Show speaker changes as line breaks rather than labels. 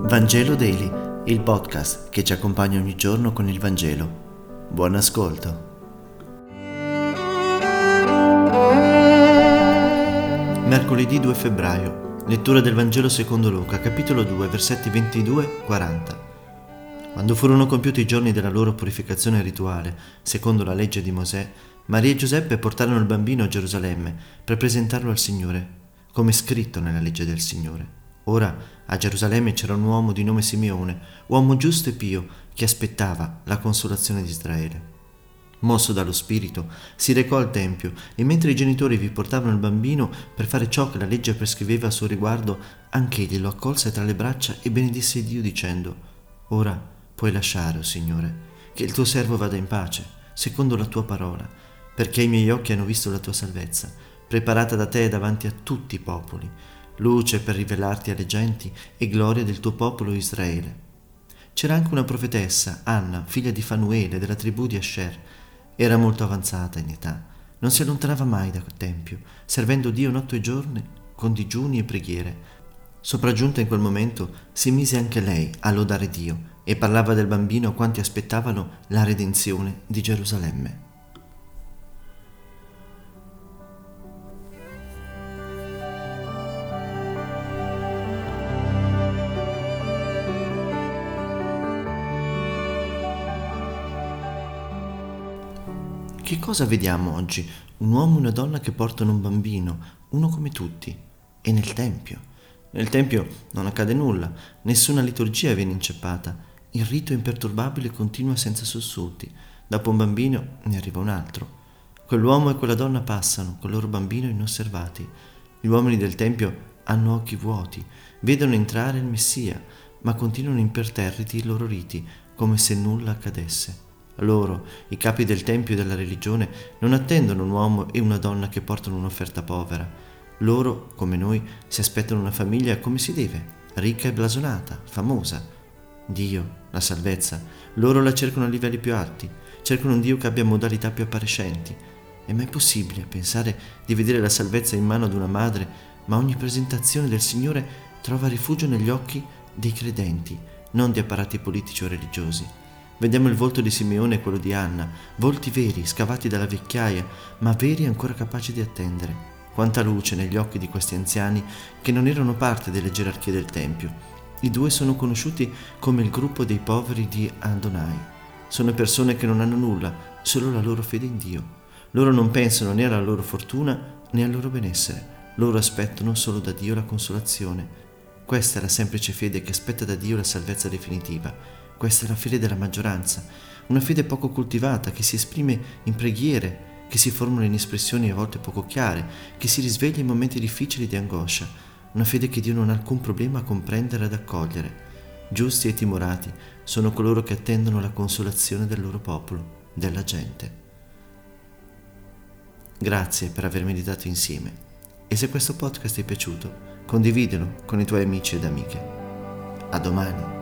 Vangelo Daily, il podcast che ci accompagna ogni giorno con il Vangelo. Buon ascolto. Mercoledì 2 febbraio, lettura del Vangelo secondo Luca, capitolo 2, versetti 22-40. Quando furono compiuti i giorni della loro purificazione rituale, secondo la legge di Mosè, Maria e Giuseppe portarono il bambino a Gerusalemme per presentarlo al Signore, come scritto nella legge del Signore. Ora a Gerusalemme c'era un uomo di nome Simeone, uomo giusto e pio, che aspettava la consolazione di Israele. Mosso dallo Spirito, si recò al Tempio e mentre i genitori vi portavano il bambino per fare ciò che la legge prescriveva a suo riguardo, anch'egli lo accolse tra le braccia e benedisse Dio dicendo: «Ora puoi lasciare, o Signore, che il tuo servo vada in pace, secondo la tua parola, perché i miei occhi hanno visto la tua salvezza, preparata da te davanti a tutti i popoli, luce per rivelarti alle genti e gloria del tuo popolo Israele». C'era anche una profetessa, Anna, figlia di Fanuele, della tribù di Asher. Era molto avanzata in età, non si allontanava mai dal Tempio, servendo Dio notte e giorno con digiuni e preghiere. Sopraggiunta in quel momento, si mise anche lei a lodare Dio e parlava del bambino a quanti aspettavano la redenzione di Gerusalemme. Che cosa vediamo oggi? Un uomo e una donna che portano un bambino, uno come tutti, e nel Tempio. Nel Tempio non accade nulla, nessuna liturgia viene inceppata, il rito è imperturbabile continua senza sussulti. Dopo un bambino ne arriva un altro. Quell'uomo e quella donna passano, col loro bambino inosservati. Gli uomini del Tempio hanno occhi vuoti, vedono entrare il Messia, ma continuano imperterriti i loro riti, come se nulla accadesse. Loro, i capi del Tempio e della religione, non attendono un uomo e una donna che portano un'offerta povera. Loro, come noi, si aspettano una famiglia come si deve, ricca e blasonata, famosa. Dio, la salvezza, loro la cercano a livelli più alti, cercano un Dio che abbia modalità più appariscenti. È mai possibile pensare di vedere la salvezza in mano ad una madre, ma ogni presentazione del Signore trova rifugio negli occhi dei credenti, non di apparati politici o religiosi. Vediamo il volto di Simeone e quello di Anna, volti veri, scavati dalla vecchiaia, ma veri e ancora capaci di attendere. Quanta luce negli occhi di questi anziani che non erano parte delle gerarchie del Tempio. I due sono conosciuti come il gruppo dei poveri di Adonai. Sono persone che non hanno nulla, solo la loro fede in Dio. Loro non pensano né alla loro fortuna né al loro benessere. Loro aspettano solo da Dio la consolazione. Questa è la semplice fede che aspetta da Dio la salvezza definitiva. Questa è la fede della maggioranza, una fede poco coltivata che si esprime in preghiere, che si formula in espressioni a volte poco chiare, che si risveglia in momenti difficili di angoscia, una fede che Dio non ha alcun problema a comprendere ed accogliere. Giusti e timorati sono coloro che attendono la consolazione del loro popolo, della gente. Grazie per aver meditato insieme e se questo podcast ti è piaciuto, condividilo con i tuoi amici ed amiche. A domani.